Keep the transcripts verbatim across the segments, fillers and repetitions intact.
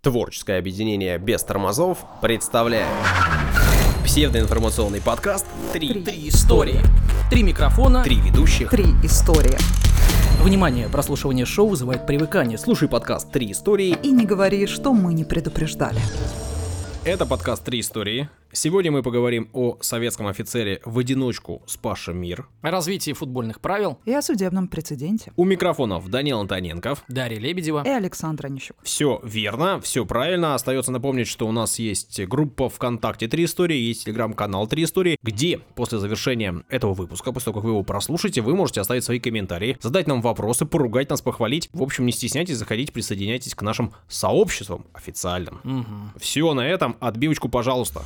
Творческое объединение «Без тормозов» представляет псевдоинформационный подкаст «Три, Три истории». Три микрофона. Три ведущих. Три истории. Внимание, прослушивание шоу вызывает привыкание. Слушай подкаст «Три истории». И не говори, что мы не предупреждали. Это подкаст «Три истории». Сегодня мы поговорим о советском офицере в одиночку спасшем мир. О развитии футбольных правил. И о судебном прецеденте. У микрофонов Данил Антоненков. Дарья Лебедева. И Александр Онищук. Все верно, все правильно. Остается напомнить, что у нас есть группа ВКонтакте «Три истории», есть телеграм-канал «Три истории», где после завершения этого выпуска, после того, как вы его прослушаете, вы можете оставить свои комментарии, задать нам вопросы, поругать нас, похвалить. В общем, не стесняйтесь, заходите, присоединяйтесь к нашим сообществам официальным. Угу. Все на этом. Отбивочку, пожалуйста.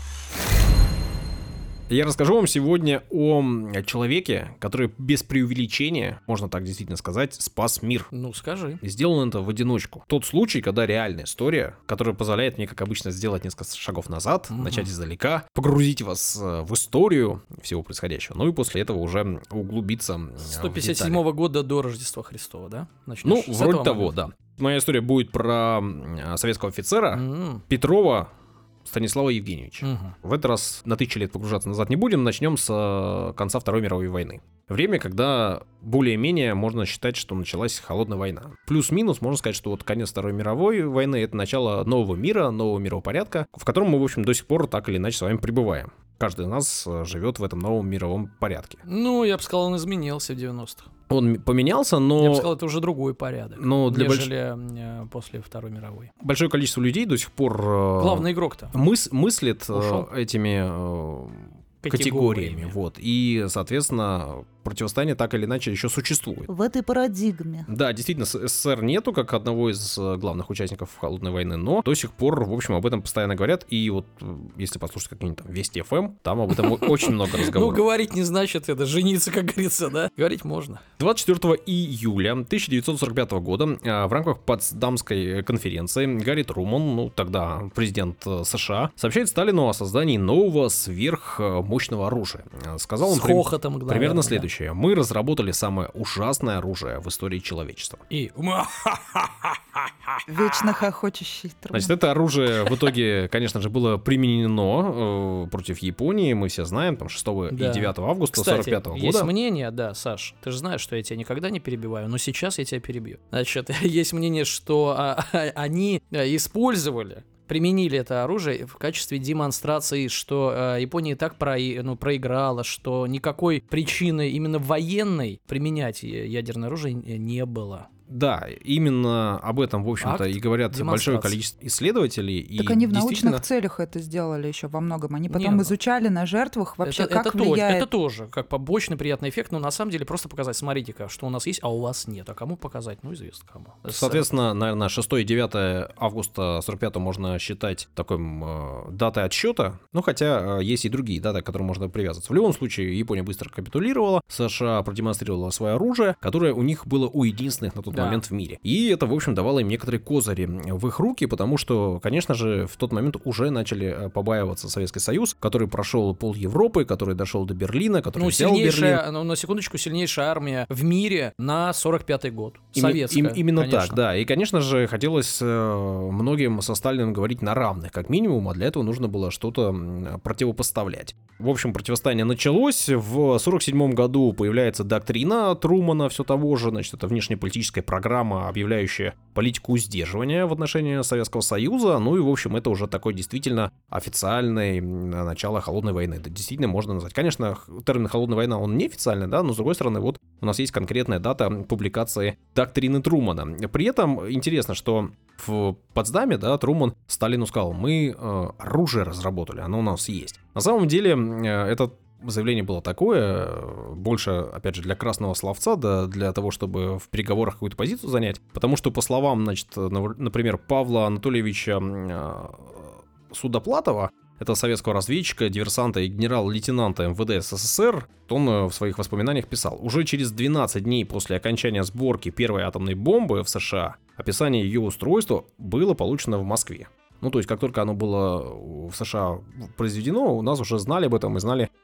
Я расскажу вам сегодня о человеке, который без преувеличения, можно так действительно сказать, спас мир. Ну, скажи. И сделал он это в одиночку. Тот случай, когда реальная история, которая позволяет мне, как обычно, сделать несколько шагов назад, угу. начать издалека, погрузить вас в историю всего происходящего, ну и после этого уже углубиться сто пятьдесят седьмого года до Рождества Христова, да? Начнешь ну, вроде того, момента? Да. Моя история будет про советского офицера mm. Петрова Станислава Евгеньевича. Угу. В этот раз на тысячи лет погружаться назад не будем, начнем с конца Второй мировой войны. Время, когда более-менее можно считать, что началась холодная война. Плюс-минус можно сказать, что вот конец Второй мировой войны — это начало нового мира, нового миропорядка, в котором мы, в общем, до сих пор так или иначе с вами пребываем. Каждый из нас живет в этом новом мировом порядке. Ну, я бы сказал, он изменился в девяностых. Он поменялся, но... Я бы сказал, это уже другой порядок, но для нежели больш... после Второй мировой. Большое количество людей до сих пор... Главный игрок-то. Мыс... мыслит Ушел. этими категориями. категориями. Вот. И, соответственно, противостояние так или иначе еще существует. В этой парадигме. Да, действительно, СССР нету как одного из главных участников холодной войны, но до сих пор, в общем, об этом постоянно говорят. И вот, если послушать какие-нибудь там Вести эф эм, там об этом очень много разговоров. Ну, говорить не значит это, жениться, как говорится, да? Говорить можно. двадцать четвёртого июля тысяча девятьсот сорок пятого года в рамках Потсдамской конференции Гарри Труман, ну, тогда президент США, сообщает Сталину о создании нового сверхмощного оружия. Сказал он С хохотом, примерно наверное, следующее. Мы разработали самое ужасное оружие в истории человечества. И... Вечно хохочущий Труман. Значит, это оружие в итоге, конечно же, было применено э, против Японии, мы все знаем, там шестого да. и девятого августа сорок пятого года. Есть мнение, да, Саш, ты же знаешь, что я тебя никогда не перебиваю, но сейчас я тебя перебью. Значит, есть мнение, что а, а, они использовали применили это оружие в качестве демонстрации, что э, Япония и так про, ну, проиграла, что никакой причины именно военной применять ядерное оружие не было. Да, именно об этом, в общем-то, Акт и говорят большое количество исследователей. Так и они в действительно... научных целях это сделали еще во многом. Они потом Не, изучали на жертвах вообще, это, как это влияет... То, это тоже как побочный приятный эффект, но на самом деле просто показать, смотрите-ка, что у нас есть, а у вас нет. А кому показать? Ну, известно кому. Соответственно, наверное, шестого и девятого августа сорок пятого можно считать такой э, датой отсчета, ну, хотя э, есть и другие даты, к которым можно привязываться. В любом случае, Япония быстро капитулировала, США продемонстрировала свое оружие, которое у них было у единственных на тот да. момент в мире. И И это, в общем, давало им некоторые козыри в их руки, потому что, конечно же, в тот момент уже начали побаиваться Советский Союз, который прошел пол Европы, который дошел до Берлина, который ну, взял Берлин. Ну, на секундочку, сильнейшая армия в мире на сорок пятый год. Советская, им, Именно конечно. так, да. И, конечно же, хотелось многим со Сталиным говорить на равных, как минимум, а для этого нужно было что-то противопоставлять. В общем, противостояние началось. В сорок седьмом году появляется доктрина Трумана, все того же, значит, это внешнеполитическая программа, объявляющая политику сдерживания в отношении Советского Союза. Ну и, в общем, это уже такое действительно официальное начало холодной войны. Это действительно можно назвать. Конечно, термин «холодная война», он неофициальный, да, но, с другой стороны, вот у нас есть конкретная дата публикации доктрины Трумана. При этом интересно, что в Потсдаме, да, Труман Сталину сказал: мы э, оружие разработали, оно у нас есть. На самом деле, э, это заявление было такое, больше, опять же, для красного словца, да, для того, чтобы в переговорах какую-то позицию занять, потому что, по словам, значит, например, Павла Анатольевича Судоплатова, это советского разведчика, диверсанта и генерал-лейтенанта эм вэ дэ эс эс эс эр, он в своих воспоминаниях писал: уже через двенадцать дней после окончания сборки первой атомной бомбы в США описание ее устройства было получено в Москве. Ну, то есть, как только оно было в США произведено, у нас уже знали об этом и знали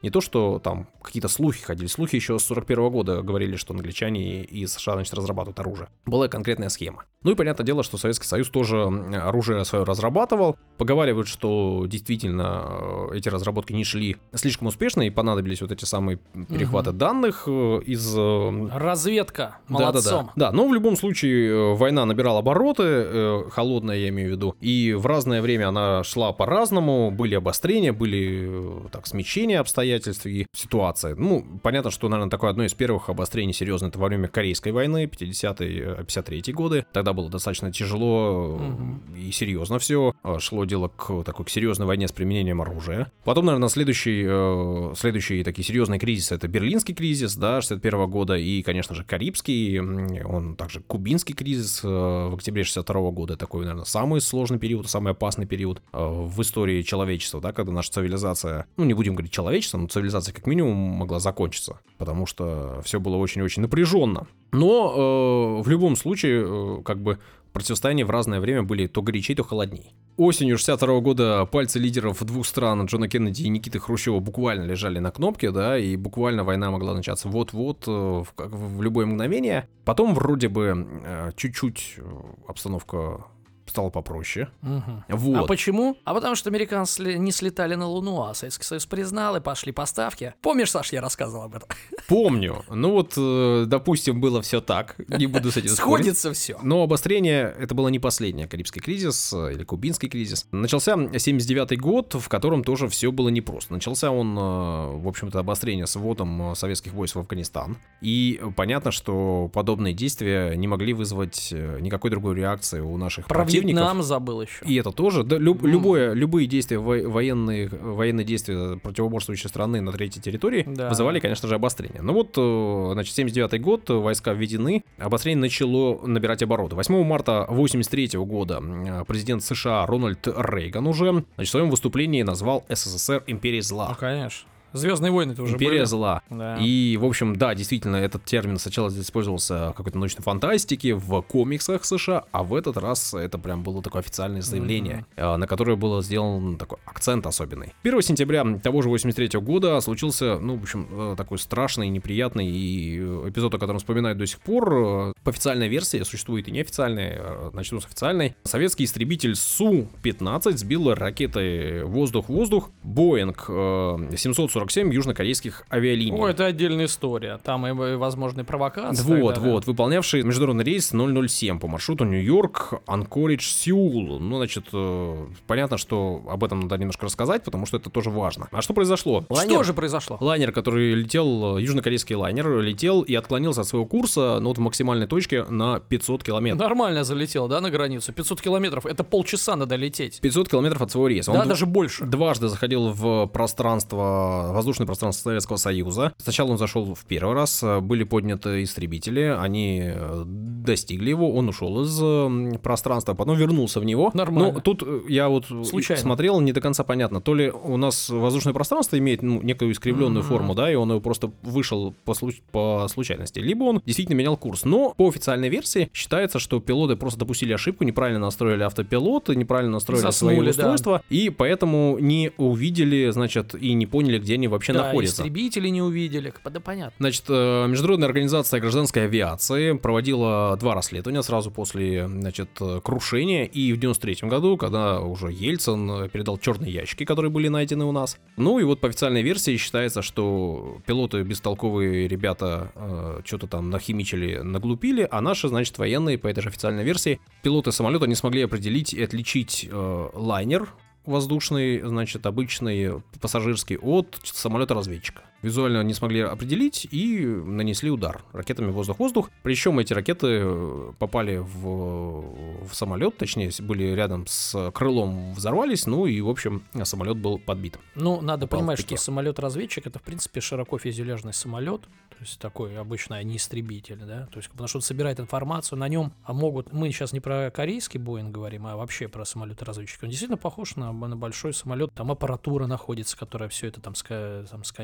Не то, что там какие-то слухи ходили. Слухи еще с сорок первого года говорили, что англичане и США, значит, разрабатывают оружие. Была конкретная схема. Ну и понятное дело, что Советский Союз тоже оружие свое разрабатывал. Поговаривают, что действительно эти разработки не шли слишком успешно, и понадобились вот эти самые перехваты угу. данных из... Разведка. Молодцом. Да, да, да. Да, но в любом случае война набирала обороты, холодная, я имею в виду, и в разное время она шла по-разному, были обострения, были так, смещения обстоятельств и ситуации. Ну, понятно, что, наверное, такое одно из первых обострений серьезно это во время Корейской войны, пятидесятые пятьдесят третьи годы. Тогда было достаточно тяжело угу. и серьезно все. Шло дело к такой к серьезной войне с применением оружия. Потом, наверное, следующий, следующий такие серьезные кризисы это Берлинский кризис, да, шестьдесят первого года, и, конечно же, Карибский, он также Кубинский кризис в октябре шестьдесят второго года, такой, наверное, самый сложный период, самый опасный период в истории человечества, да, когда наша цивилизация, ну, не будем говорить человечество, но цивилизация как минимум могла закончиться, потому что все было очень-очень напряженно. Но э, в любом случае, э, как бы, противостояния в разное время были то горячей, то холодней. Осенью шестьдесят второго года пальцы лидеров двух стран, Джона Кеннеди и Никиты Хрущева, буквально лежали на кнопке, да, и буквально война могла начаться вот-вот, в, в любое мгновение. Потом вроде бы чуть-чуть обстановка стало попроще. Угу. Вот. А почему? А потому что американцы не слетали на Луну, а Советский Союз признал, и пошли поставки. Помнишь, Саш, я рассказывал об этом? Помню. Ну вот, допустим, было все так. Не буду с этим спорить. Сходится все. Но обострение, это было не последнее. Карибский кризис или Кубинский кризис. Начался семьдесят девятый год, в котором тоже все было непросто. Начался он, в общем-то, обострение с вводом советских войск в Афганистан. И понятно, что подобные действия не могли вызвать никакой другой реакции у наших Про противников. Вьетнам забыл еще. И это тоже. Да, люб, mm. любое, любые действия, военные, военные действия противоборствующей страны на третьей территории да. вызывали, конечно же, обострение. Ну вот, значит, семьдесят девятый год, войска введены, обострение начало набирать обороты. восьмого марта восемьдесят третьего года президент США Рональд Рейган уже значит, в своем выступлении назвал СССР империей зла. Ну, конечно. Звездные войны-то уже Империя были. зла. Да. И, в общем, да, действительно, этот термин сначала использовался в какой-то научной фантастике, в комиксах США, а в этот раз это прям было такое официальное заявление, mm-hmm. на которое был сделан такой акцент особенный. первого сентября того же восемьдесят третьего года случился, ну, в общем, такой страшный, неприятный эпизод, о котором вспоминают до сих пор. По официальной версии, существует и неофициальная, начну с официальной. Советский истребитель Су пятнадцать сбил ракетой воздух-воздух Боинг семьсот сорок семь южнокорейских авиалиний. О, это отдельная история. Там и возможные провокации. Вот, тогда, вот, да. выполнявший международный рейс ноль ноль семь по маршруту Нью-Йорк, Анкоридж, Сеул. Ну, значит, понятно, что об этом надо немножко рассказать, потому что это тоже важно. А что произошло? Лайнер, что же произошло? Лайнер, который летел, южнокорейский лайнер, летел и отклонился от своего курса, ну, вот в максимальной точке на пятьсот километров. Нормально залетел, да, на границу? пятьсот километров, это полчаса надо лететь. пятьсот километров от своего рейса. Да, Он даже больше. Дважды заходил в пространство, воздушное пространство Советского Союза. Сначала он зашел в первый раз, были подняты истребители, они достигли его, он ушел из пространства, потом вернулся в него. Нормально. Но тут я вот Случайно. смотрел, не до конца понятно, то ли у нас воздушное пространство имеет ну, некую искривленную mm-hmm. форму, да, и он его просто вышел по, случ- по случайности, либо он действительно менял курс. Но по официальной версии считается, что пилоты просто допустили ошибку, неправильно настроили автопилот, неправильно настроили Заснули, свои устройства, да. и поэтому не увидели, значит, и не поняли, где они вообще да, находятся. Истребители не увидели, да понятно. Значит, Международная организация гражданской авиации проводила два расследования сразу после, значит, крушения, и в девяносто третьем году, когда уже Ельцин передал черные ящики, которые были найдены у нас. Ну и вот по официальной версии считается, что пилоты бестолковые ребята э, что-то там нахимичили, наглупили, а наши, значит, военные, по этой же официальной версии, пилоты самолета не смогли определить и отличить э, лайнер воздушный, значит, обычный пассажирский от самолета-разведчика. Визуально не смогли определить и нанесли удар ракетами воздух-воздух. Причем эти ракеты попали в, в самолет, точнее, были рядом с крылом, взорвались, ну и, в общем, самолет был подбит. Ну, надо понимать, что самолет-разведчик — это, в принципе, широко фюзеляжный самолет, то есть такой обычный, а не истребитель, да, то есть потому что он собирает информацию, на нем а могут, мы сейчас не про корейский Боинг говорим, а вообще про самолет-разведчик. Он действительно похож на, на большой самолет, там аппаратура находится, которая все это там, ска, там сканирует.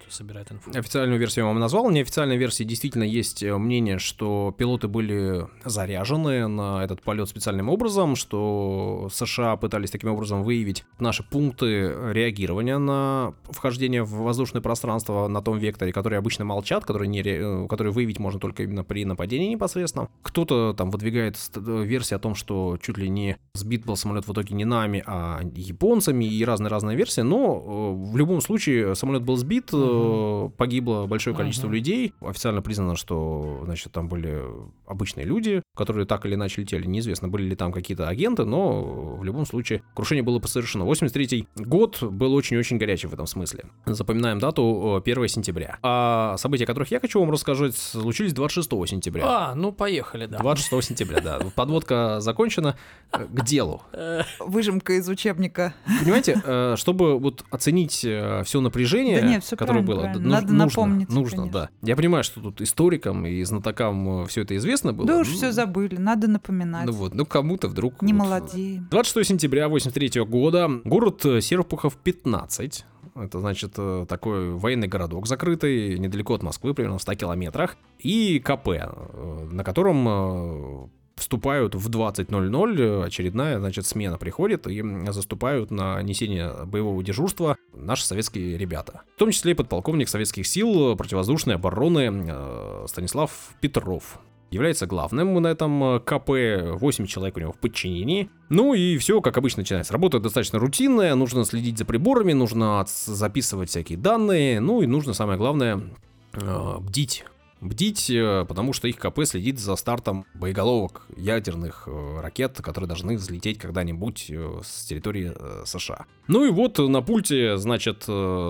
собирает инфу. Официальную версию я вам назвал. В неофициальной версии действительно есть мнение, что пилоты были заряжены на этот полет специальным образом, что США пытались таким образом выявить наши пункты реагирования на вхождение в воздушное пространство на том векторе, которые обычно молчат, которые, не ре... которые выявить можно только именно при нападении непосредственно. Кто-то там выдвигает версии о том, что чуть ли не сбит был самолет в итоге не нами, а японцами, и разные-разные версии, но в любом случае самолет был сбит, угу. погибло большое количество угу. людей. Официально признано, что, значит, там были обычные люди, которые так или иначе летели. Неизвестно, были ли там какие-то агенты, но в любом случае крушение было совершено. восемьдесят третий год был очень-очень горячий в этом смысле. Запоминаем дату первого сентября. А события, о которых я хочу вам рассказать, случились двадцать шестого сентября. А, ну поехали, да. двадцать шестого сентября, да. Подводка закончена. К делу. Выжимка из учебника. Понимаете, чтобы вот оценить все напряжение, да нет, все которое было, правильно. Надо нужно, напомнить. Нужно, конечно. да. Я понимаю, что тут историкам и знатокам все это известно было. Да уж все забыли, надо напоминать. Ну вот, ну кому-то вдруг... Не вот... молодеем. двадцать шестого сентября восемьдесят третьего года, город Серпухов пятнадцать. Это, значит, такой военный городок закрытый, недалеко от Москвы, примерно в ста километрах. И КП, на котором... вступают в двадцать ноль ноль, очередная, значит, смена приходит, и заступают на несение боевого дежурства наши советские ребята. В том числе и подполковник советских сил противовоздушной обороны Станислав Петров. Является главным на этом КП, восемь человек у него в подчинении. Ну и все, как обычно, начинается. Работа достаточно рутинная, нужно следить за приборами, нужно записывать всякие данные, ну и нужно, самое главное, бдить. Бдить, потому что их КП следит за стартом боеголовок ядерных ракет, которые должны взлететь когда-нибудь с территории США. Ну и вот на пульте, значит,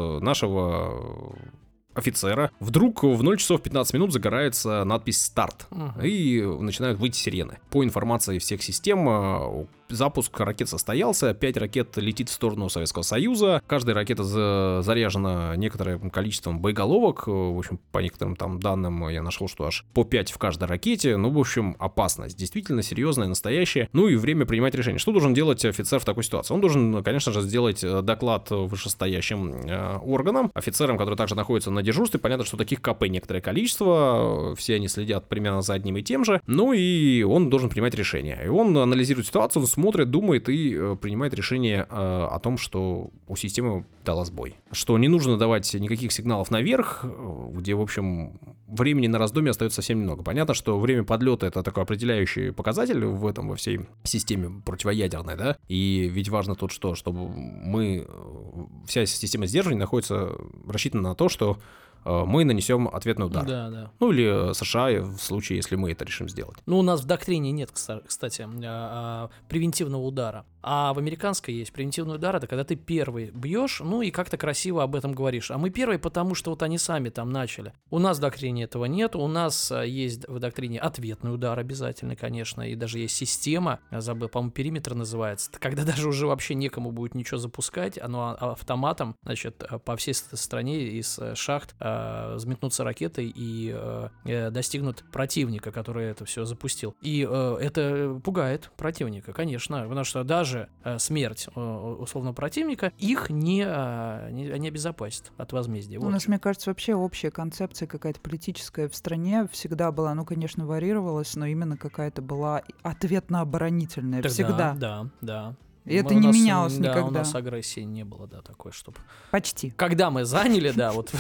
нашего офицера вдруг в ноль часов пятнадцать минут загорается надпись «Старт», uh-huh. и начинают выйти сирены. По информации всех систем, запуск ракет состоялся, пять ракет летит в сторону Советского Союза, каждая ракета заряжена некоторым количеством боеголовок, в общем, по некоторым там данным я нашел, что аж по пять в каждой ракете, ну, в общем, опасность, действительно серьезная, настоящая, ну и время принимать решение. Что должен делать офицер в такой ситуации? Он должен, конечно же, сделать доклад вышестоящим э, органам, офицерам, которые также находятся на дежурстве. Понятно, что таких КП некоторое количество, все они следят примерно за одним и тем же, ну и он должен принимать решение. И он анализирует ситуацию, он смотрит, думает и э, принимает решение э, о том, что у системы дала сбой. Что не нужно давать никаких сигналов наверх, где, в общем, времени на раздумье остается совсем немного. Понятно, что время подлета — это такой определяющий показатель в этом, во всей системе противоядерной, да, и ведь важно тут что, чтобы мы, вся система сдерживания находится, рассчитана на то, что мы нанесем ответный удар. Да, да. Ну или США в случае, если мы это решим сделать. Ну, у нас в доктрине нет, кстати, превентивного удара. А в американской есть превентивный удар, это когда ты первый бьешь, ну и как-то красиво об этом говоришь. А мы первые, потому что вот они сами там начали. У нас в доктрине этого нет, у нас есть в доктрине ответный удар обязательно, конечно, и даже есть система, я забыл, по-моему, периметр называется, когда даже уже вообще некому будет ничего запускать, оно автоматом, значит, по всей стране из шахт э, взметнутся ракеты и э, достигнут противника, который это все запустил. И э, это пугает противника, конечно, потому что даже смерть условно противника их не, не, не обезопасит от возмездия. У вот. нас, мне кажется, вообще общая концепция какая-то политическая в стране всегда была, ну, конечно, варьировалась, но именно какая-то была ответно-оборонительная. Так всегда. Да, да, да. И это у не нас, менялось да, никогда. У нас агрессии не было, да, такой, чтобы... Почти. Когда мы заняли, да, вот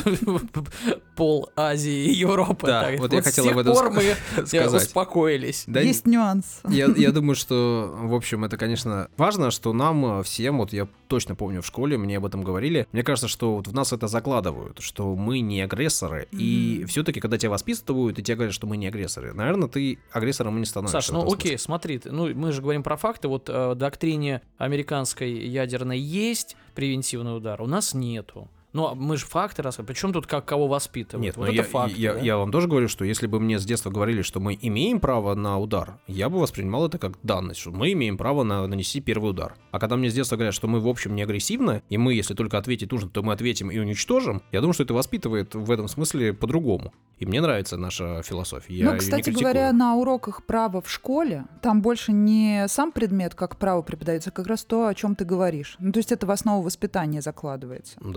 пол Азии и Европы, да, так, вот вот я с хотел тех об этом пор мы сказать. Успокоились. Да, есть нюанс. Я, я думаю, что, в общем, это, конечно, важно, что нам всем, вот я точно помню в школе, мне об этом говорили, мне кажется, что вот в нас это закладывают, что мы не агрессоры, mm-hmm. и все-таки, когда тебя воспитывают, и тебе говорят, что мы не агрессоры, наверное, ты агрессором и не становишься. Саш, ну окей, смотри, ну мы же говорим про факты, вот э, в доктрине американской ядерной есть превентивный удар, у нас нету. Ну, мы же факты рассказываем. Причем тут как кого воспитывают? Нет, вот это я, факт. Я, да? я вам тоже говорю, что если бы мне с детства говорили, что мы имеем право на удар, я бы воспринимал это как данность, что мы имеем право на нанести первый удар. А когда мне с детства говорят, что мы в общем не агрессивны, и мы, если только ответить нужно, то мы ответим и уничтожим, я думаю, что это воспитывает в этом смысле по-другому. И мне нравится наша философия. Я ну, кстати говоря, на уроках права в школе там больше не сам предмет, как право преподается, а как раз то, о чем ты говоришь. Ну, то есть это в основу воспитания закладывается. Да. Ну,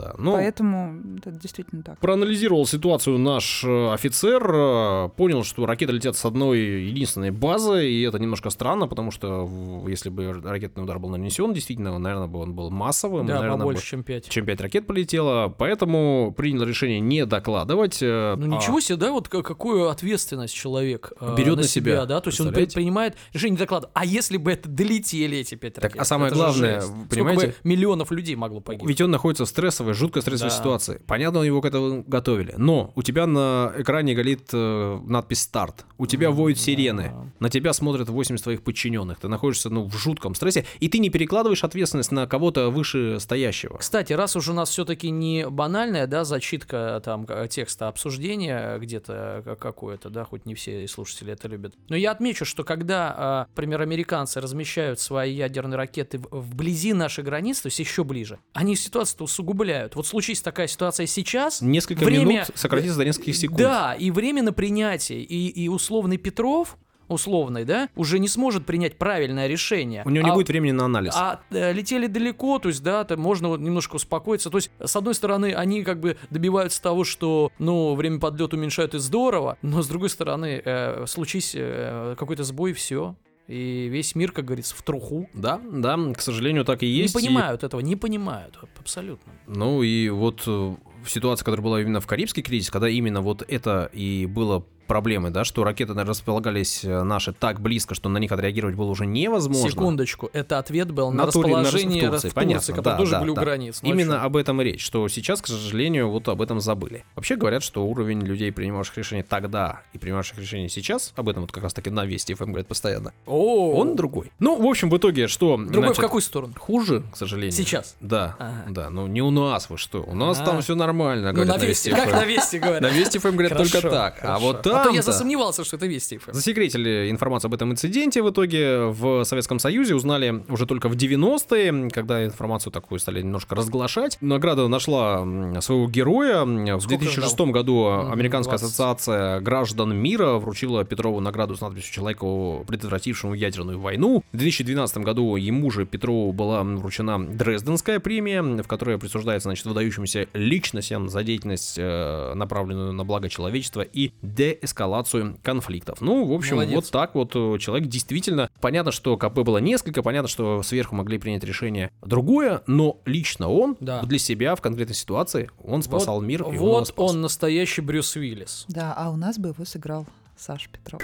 поэтому это действительно так. Проанализировал ситуацию наш офицер, понял, что ракеты летят с одной единственной базы, и это немножко странно, потому что если бы ракетный удар был нанесен, действительно, наверное, бы он был массовым. Да, наверное, побольше, бы, чем пять. Чем пять ракет полетело, поэтому принял решение не докладывать. Ну ничего себе, да, вот какую ответственность человек берет на, на себя, себя, да, то есть он принимает решение не докладывать. А если бы это долетели эти пять ракет? Так, а самое это главное, понимаете, сколько бы миллионов людей могло погибнуть? Ведь он находится в стрессовой, жуткой стрессовой Да. ситуации. Понятно, его к этому готовили. Но у тебя на экране горит э, надпись «Старт». У тебя воют сирены. На тебя смотрят восемь твоих подчиненных. Ты находишься, ну, в жутком стрессе. И ты не перекладываешь ответственность на кого-то выше стоящего. Кстати, раз уж у нас все-таки не банальная, да, зачитка там текста обсуждения где-то какое-то, да, хоть не все слушатели это любят. Но я отмечу, что когда, например, американцы размещают свои ядерные ракеты вблизи нашей границы, то есть еще ближе, они ситуацию усугубляют. Вот случись такая ситуация сейчас... Несколько время... минут сократится до нескольких секунд. Да, и время на принятие, и, и условный Петров... условный, да, уже не сможет принять правильное решение. У него а, не будет времени на анализ. А э, летели далеко, то есть, да, там можно вот немножко успокоиться. То есть, с одной стороны, они как бы добиваются того, что, ну, время подлета уменьшают, и здорово, но с другой стороны, э, случись э, какой-то сбой, все. И весь мир, как говорится, в труху. Да, да, к сожалению, так и есть. Не понимают и... этого, не понимают, абсолютно. Ну и вот в ситуации, которая была именно в Карибский кризис, когда именно вот это и было проблемы, да, что ракеты располагались наши так близко, что на них отреагировать было уже невозможно. Секундочку, это ответ был на, на расположение на, в Турции, в Турции, понятно, который да, тоже да, были да. у границ. Ну, именно об этом и речь, что сейчас, к сожалению, вот об этом забыли. Вообще говорят, что уровень людей, принимавших решения тогда и принимавших решения сейчас, об этом вот как раз таки на Вести эф эм говорят постоянно, О-о-о. он другой. Ну, в общем, в итоге что? Другой значит, в какую сторону? Хуже, к сожалению. Сейчас? Да, ага. да, ну не у нас, вы что, у нас А-а-а. там все нормально, ну, говорят на Вести, как на Вести говорят. На Вести эф эм говорят только так, а вот там А то я засомневался, что это Вести эф эм. Засекретили информацию об этом инциденте в итоге в Советском Союзе, узнали уже только в девяностые, когда информацию такую стали немножко разглашать. Награда нашла своего героя. В Сколько две тысячи шестом ждал? году Американская двадцать ассоциация граждан мира вручила Петрову награду с надписью «Человеку, предотвратившему ядерную войну». В две тысячи двенадцатом году ему же, Петрову, была вручена Дрезденская премия, в которой присуждается, значит, выдающимся личностям за деятельность, направленную на благо человечества и деэскалацию конфликтов. Ну, в общем, Молодец. вот так вот человек действительно... Понятно, что КП было несколько, понятно, что сверху могли принять решение другое, но лично он да. для себя в конкретной ситуации, он спасал вот, мир. И вот он, спас. он настоящий Брюс Уиллис. Да, а у нас бы его сыграл Саша Петров.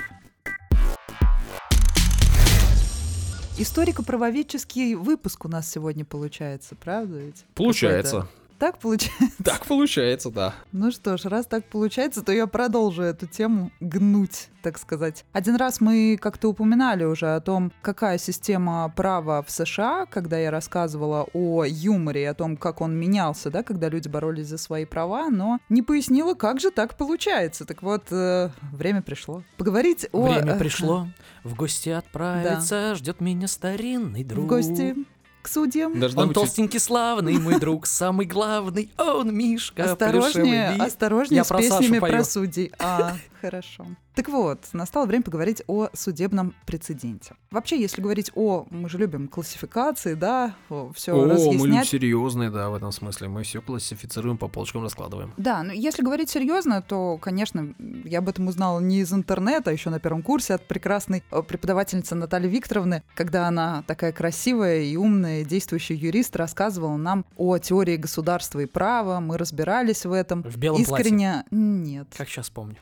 Историко-правоведческий выпуск у нас сегодня получается, правда ведь? Получается. Какой-то. Так получается? Так получается, да. Ну что ж, раз так получается, то я продолжу эту тему гнуть, так сказать. Один раз мы как-то упоминали уже о том, какая система права в США, когда я рассказывала о юморе и о том, как он менялся, да, когда люди боролись за свои права, но не пояснила, как же так получается. Так вот, э, время пришло. Поговорить о... Время пришло, в гости отправиться, да. Ждет меня старинный друг. В гости... к судьям. Должна он быть... толстенький, славный, мой друг, самый главный, он Мишка. Осторожнее, осторожнее с песнями про судей. А, хорошо. Так вот, настало время поговорить о судебном прецеденте. Вообще, если говорить о... Мы же любим классификации, да, все о, разъяснять. мы люди серьезные, да, в этом смысле. Мы все классифицируем, по полочкам раскладываем. Да, но если говорить серьезно, то, конечно, я об этом узнала не из интернета, а еще на первом курсе от прекрасной преподавательницы Натальи Викторовны, когда она такая красивая и умная, действующий юрист, рассказывала нам о теории государства и права. Мы разбирались в этом. В белом Искренне... платье? Нет. Как сейчас помню.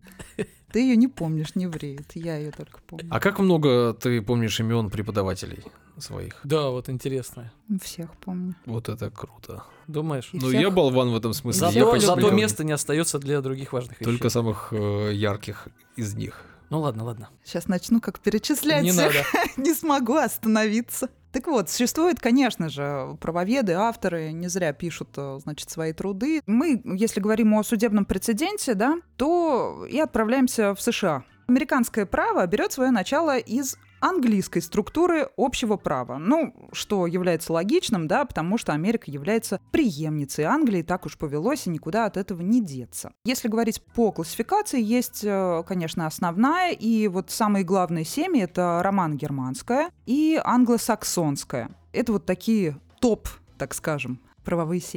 Ты ее не помнишь, не ври. Это я ее только помню. А как много ты помнишь имен преподавателей своих? Да, вот интересно. Всех помню. Вот это круто. Думаешь? И ну, всех... я болван в этом смысле. Зато, я зато место не остается для других важных вещей. Только самых э, ярких из них. Ну ладно, ладно. Сейчас начну как перечислять. Не всех. надо. Не смогу остановиться. Так вот, существуют, конечно же, правоведы, авторы не зря пишут, значит, свои труды. Мы, если говорим о судебном прецеденте, да, то и отправляемся в США. Американское право берет свое начало из английской структуры общего права. Ну, что является логичным, да, потому что Америка является преемницей Англии, так уж повелось, и никуда от этого не деться. Если говорить по классификации, есть, конечно, основная, и вот самые главные семьи — это романо-германская и англосаксонская. Это вот такие топ, так скажем, правовые семьи.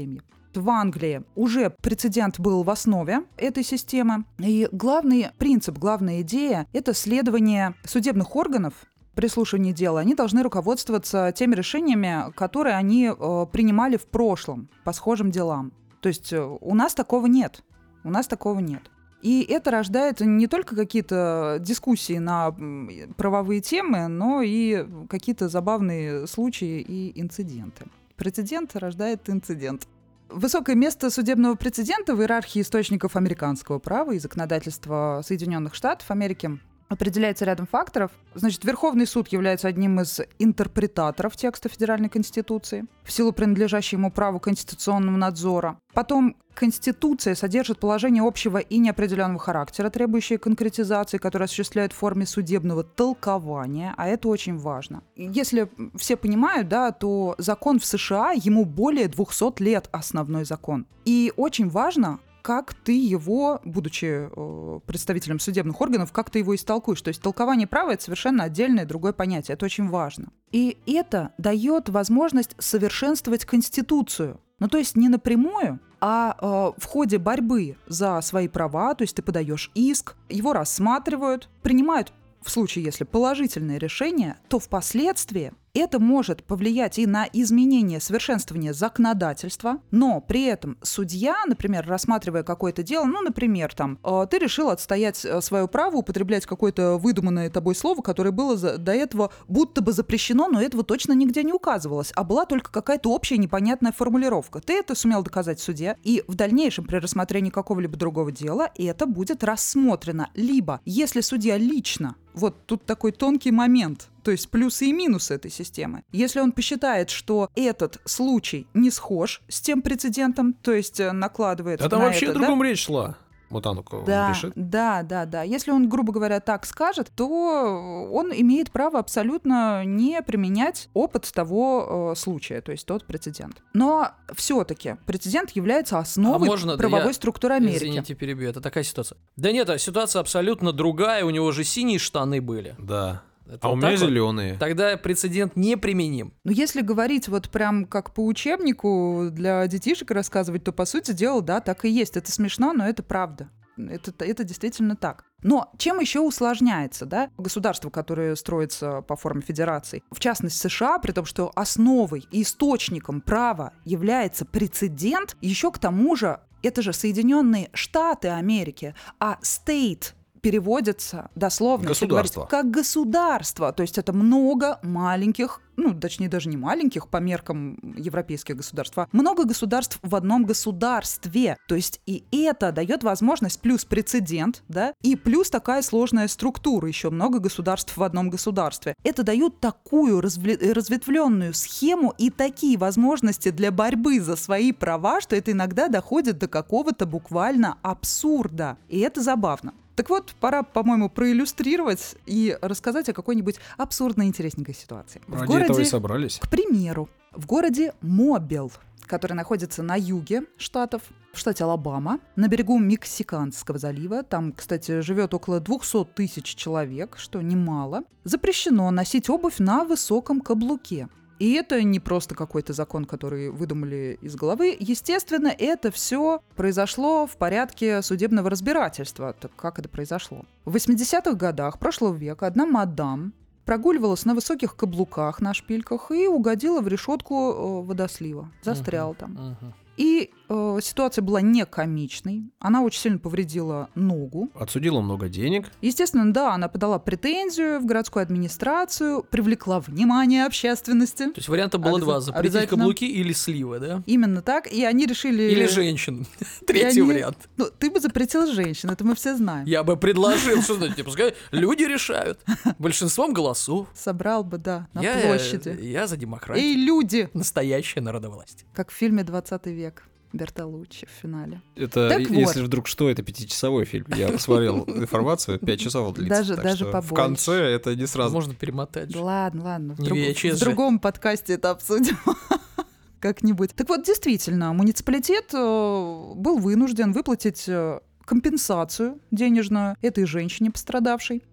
В Англии уже прецедент был в основе этой системы. И главный принцип, главная идея — это следование судебных органов при слушании дела. Они должны руководствоваться теми решениями, которые они э, принимали в прошлом по схожим делам. То есть э, у нас такого нет. У нас такого нет. И это рождает не только какие-то дискуссии на правовые темы, но и какие-то забавные случаи и инциденты. Прецедент рождает инцидент. Высокое место судебного прецедента в иерархии источников американского права и законодательства Соединенных Штатов Америки определяется рядом факторов. Значит, Верховный суд является одним из интерпретаторов текста Федеральной Конституции в силу принадлежащей ему праву конституционного надзора. Потом Конституция содержит положения общего и неопределенного характера, требующие конкретизации, которые осуществляют в форме судебного толкования, а это очень важно. Если все понимают, да, то закон в США, ему более двухсот лет, основной закон. И очень важно, как ты его, будучи э, представителем судебных органов, как ты его истолкуешь. То есть толкование права — это совершенно отдельное другое понятие. Это очень важно. И это дает возможность совершенствовать Конституцию. Ну, то есть не напрямую, а э, в ходе борьбы за свои права, то есть ты подаешь иск, его рассматривают, принимают, в случае, если положительное решение, то впоследствии это может повлиять и на изменение, совершенствование законодательства, но при этом судья, например, рассматривая какое-то дело, ну, например, там, э, ты решил отстоять свое право употреблять какое-то выдуманное тобой слово, которое было за, до этого будто бы запрещено, но этого точно нигде не указывалось, а была только какая-то общая непонятная формулировка. Ты это сумел доказать в суде, и в дальнейшем при рассмотрении какого-либо другого дела это будет рассмотрено. Либо, если судья лично, вот тут такой тонкий момент, то есть плюсы и минусы этой системы. Если он посчитает, что этот случай не схож с тем прецедентом, то есть накладывает... Да там на вообще это, о другом да? речь шла. Вот оно Да, пишет. да, да, да. Если он, грубо говоря, так скажет, то он имеет право абсолютно не применять опыт того э, случая, то есть тот прецедент. Но все-таки прецедент является основой а можно, правовой я, структуры Америки. Извините, перебью, это такая ситуация. Да нет, ситуация абсолютно другая, у него же синие штаны были. Да. Это а вот у меня так вот? зеленые. Тогда прецедент неприменим. Но если говорить вот прям как по учебнику для детишек рассказывать, то, по сути дела, да, так и есть. Это смешно, но это правда. Это, это действительно так. Но чем еще усложняется, да, государство, которое строится по форме федерации, в частности США, при том, что основой и источником права является прецедент, еще к тому же это же Соединенные Штаты Америки, а state переводится дословно, государство. как государство. То есть это много маленьких, ну, точнее, даже не маленьких по меркам европейских государств, а много государств в одном государстве. То есть и это дает возможность плюс прецедент, да, и плюс такая сложная структура, еще много государств в одном государстве. Это дает такую разве- разветвленную схему и такие возможности для борьбы за свои права, что это иногда доходит до какого-то буквально абсурда. И это забавно. Так вот, пора, по-моему, проиллюстрировать и рассказать о какой-нибудь абсурдно интересненькой ситуации. Ради в городе, этого и собрались. к примеру, в городе Мобил, который находится на юге штатов, в штате Алабама, на берегу Мексиканского залива, там, кстати, живет около двести тысяч человек, что немало, запрещено носить обувь на высоком каблуке. И это не просто какой-то закон, который выдумали из головы. Естественно, это все произошло в порядке судебного разбирательства. Так как это произошло? В восьмидесятых годах прошлого века одна мадам прогуливалась на высоких каблуках на шпильках и угодила в решетку водослива. Застряла там. Uh-huh. И э, ситуация была не комичной. Она очень сильно повредила ногу. Отсудила много денег. Естественно, да, она подала претензию в городскую администрацию, привлекла внимание общественности. То есть варианта было Обяза- два: запретить обязательно. каблуки или сливы, да? Именно так. И они решили... Или женщин. И Третий они- вариант. Ну, ты бы запретил женщин, это мы все знаем. Я бы предложил, что знаете, пускай люди решают. Большинством голосов. Собрал бы, да, на я, площади. Я за демократию. Эй, люди! Настоящая народовласть. Как в фильме «двадцатый век». Бертолуччи в финале. Это, Так и- если вот. вдруг что, это пятичасовой фильм. Я посмотрел информацию, пять часов он длится. Даже- так даже что побольше. в конце это не сразу. Можно перемотать. Да ладно, ладно. В, Не друг- V H S в же. другом подкасте это обсудим. Как-нибудь. Так вот, действительно, муниципалитет э, был вынужден выплатить э, компенсацию денежную этой женщине пострадавшей.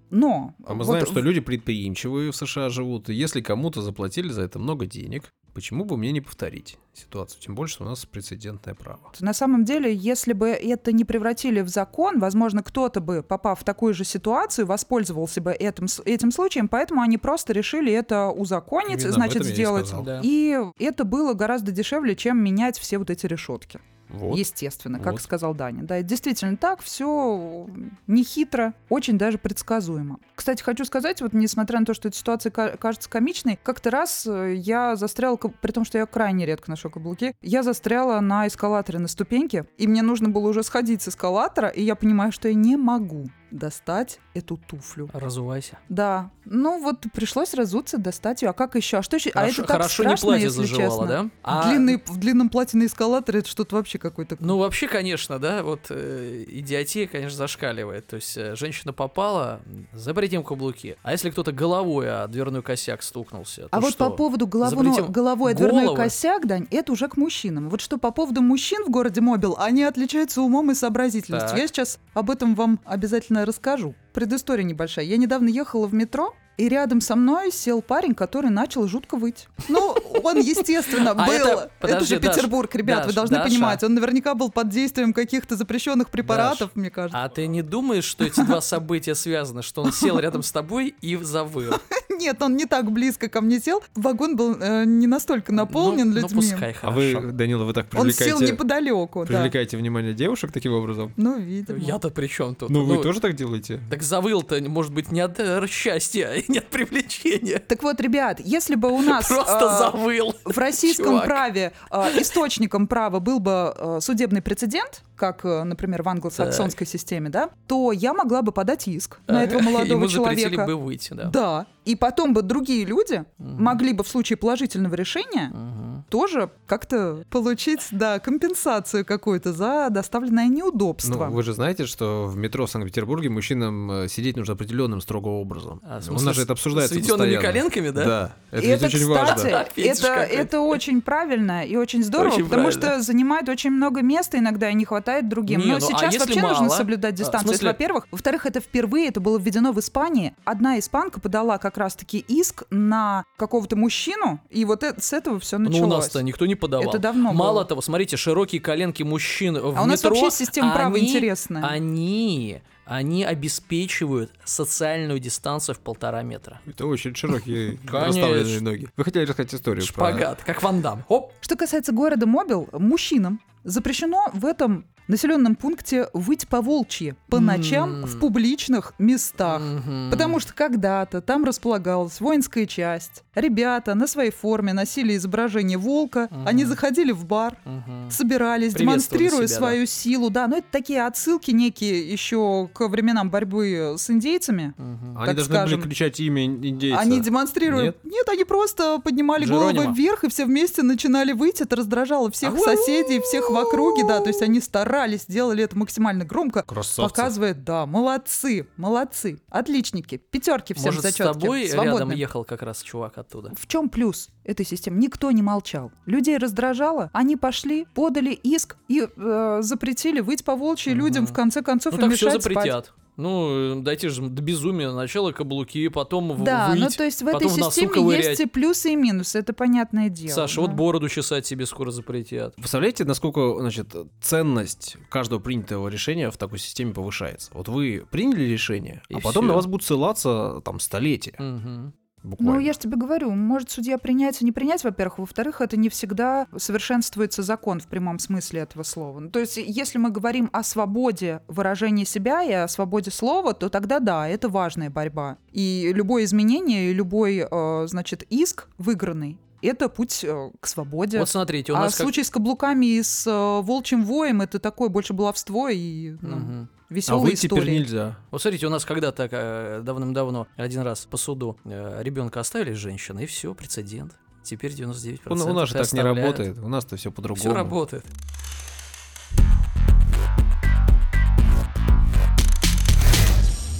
Но... А мы вот знаем, в- что люди предприимчивые в США живут, и если кому-то заплатили за это много денег, почему бы мне не повторить ситуацию? Тем больше, что у нас прецедентное право. На самом деле, если бы это не превратили в закон, возможно, кто-то бы, попав в такую же ситуацию, воспользовался бы этим, с- этим случаем, поэтому они просто решили это узаконить, Именно об значит, этом я и сделать. сказал. Да. И это было гораздо дешевле, чем менять все вот эти решетки. Вот. Естественно, как Вот. сказал Даня. Да, это действительно так, все не хитро, очень даже предсказуемо. Кстати, хочу сказать, вот несмотря на то, что эта ситуация ка- кажется комичной, как-то раз э, я застряла, ка- при том, что я крайне редко ношу каблуки, я застряла на эскалаторе на ступеньке, и мне нужно было уже сходить с эскалатора, и я понимаю, что я не могу достать эту туфлю. Разувайся. Да, ну вот пришлось разуться, достать ее. А как еще? А что еще? А Хорошо, это так хорошо не страшно, платье если заживало, честно. да? А- Длинный, в длинном платье на эскалаторе это что-то вообще какое-то. Ну, вообще, конечно, да, вот э, идиотия, конечно, зашкаливает. То есть э, женщина попала, запретим каблуки. А если кто-то головой о дверной косяк стукнулся, А то вот что? по поводу голову, Запретим головой о дверной головы? косяк, Дань, это уже к мужчинам. Вот что по поводу мужчин в городе Мобил, они отличаются умом и сообразительностью. Так. Я сейчас об этом вам обязательно расскажу. Предыстория небольшая. Я недавно ехала в метро, и рядом со мной сел парень, который начал жутко выть. Ну, он, естественно, был. А это- Это подожди, же Даш, Петербург, ребят, вы Даш, должны Даша. понимать. Он наверняка был под действием каких-то запрещенных препаратов, Даш, мне кажется. А ты не думаешь, что эти два события связаны, что он сел рядом с тобой и завыл? Нет, он не так близко ко мне сел. Вагон был э, не настолько наполнен ну, людьми. Ну, пускай, А хорошо. вы, Данила, вы так Он сел привлекаете, неподалеку, да. привлекаете внимание девушек таким образом? Ну, видимо. Я-то при чем тут? Ну, вы тоже так делаете? Так завыл-то, может быть, не от э, счастья, и не от привлечения. Так вот, ребят, если бы у нас Просто а, завыл. в российском чувак. праве а, источником права был бы а, судебный прецедент, как, а, например, в англосаксонской системе, да, то я могла бы подать иск на этого молодого Ему запретили человека. бы выйти, да. Да. И потом бы другие люди Мгм. могли бы в случае положительного решения Мгм. тоже как-то получить, да, компенсацию какую-то за доставленное неудобство. Ну, вы же знаете, что в метро в Санкт-Петербурге мужчинам э, сидеть нужно определенным строго образом. А, в У смысле, нас же это обсуждается с витёными постоянно. коленками, да? Да, это, И ведь это, очень кстати, важно. Фетиш это, какой-то. это очень правильно и очень здорово, Очень потому правильно. что занимает очень много места иногда и не хватает другим. Не, Но ну, а сейчас если вообще мало? нужно соблюдать А, в дистанцию, смысле- это во-первых. Во-вторых, это впервые, это было введено в Испании. Одна испанка подала как раз-таки иск на какого-то мужчину, и вот это, с этого все началось. Ну, у нас-то никто не подавал. Это давно Мало было. того, смотрите, широкие коленки мужчин в А у нас метро, вообще система права они- интересная. Они, они обеспечивают социальную дистанцию в полтора метра. Это очень широкие Конечно. расставленные ноги. Вы хотели рассказать историю про... Шпагат, как Ван Дам. Оп! Что касается города Мобил, мужчинам запрещено в этом населенном пункте выть по-волчьи по ночам М. в публичных местах. Мгм. Потому что когда-то там располагалась воинская часть. Ребята на своей форме носили изображение волка, Мгм. они заходили в бар, Мгм. собирались, Приветствовали демонстрируя себя, свою силу. Да, но это такие отсылки некие еще к временам борьбы с индейцами. Мгм. Они так должны скажем. были кричать имя индейца. Они демонстрируют. Нет? Нет? они просто поднимали Джеронимо. головы вверх и все вместе начинали выть. Это раздражало всех соседей, всех в округе, да. То есть они старались, делали это максимально громко. Красавцы. Показывает, да, молодцы, молодцы, отличники, пятерки всем Может, с зачетки. тобой рядом свободные. ехал как раз чувак оттуда? В чем плюс этой системы? Никто не молчал. Людей раздражало, они пошли, подали иск и э, запретили выть по волчьи Мгм. людям в конце концов Ну и так все мешать спать. запретят. Ну, дойти же до безумия. Сначала каблуки, потом в- Да, выть, ну то есть в этой потом в носу системе ковырять. есть и плюсы, и минусы, это понятное дело. Саша, да. вот бороду чесать себе скоро запретят. Представляете, насколько, значит, ценность каждого принятого решения в такой системе повышается? Вот вы приняли решение, И а потом всё. на вас будут ссылаться там столетия. Мгм. Буквально. Ну, я же тебе говорю, может судья принять и не принять, во-первых. Во-вторых, это не всегда совершенствуется закон в прямом смысле этого слова. Ну, то есть, если мы говорим о свободе выражения себя и о свободе слова, то тогда да, это важная борьба. И любое изменение, и любой, э, значит, иск выигранный, это путь э, к свободе. Вот смотрите, у а нас как... случай с каблуками и с э, волчьим воем, это такое больше баловство и ну, Мгм. А веселая вы история. теперь нельзя. Вот смотрите, у нас когда-то э, давным-давно один раз по суду э, ребенка оставили с женщиной, и все, прецедент. Теперь девяносто девять У, процентов у нас же и так не оставляют. работает. У нас-то все по-другому. Все работает.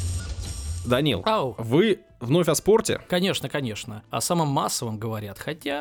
Данил, Ау. вы вновь о спорте? Конечно, конечно. О самом массовом говорят, хотя...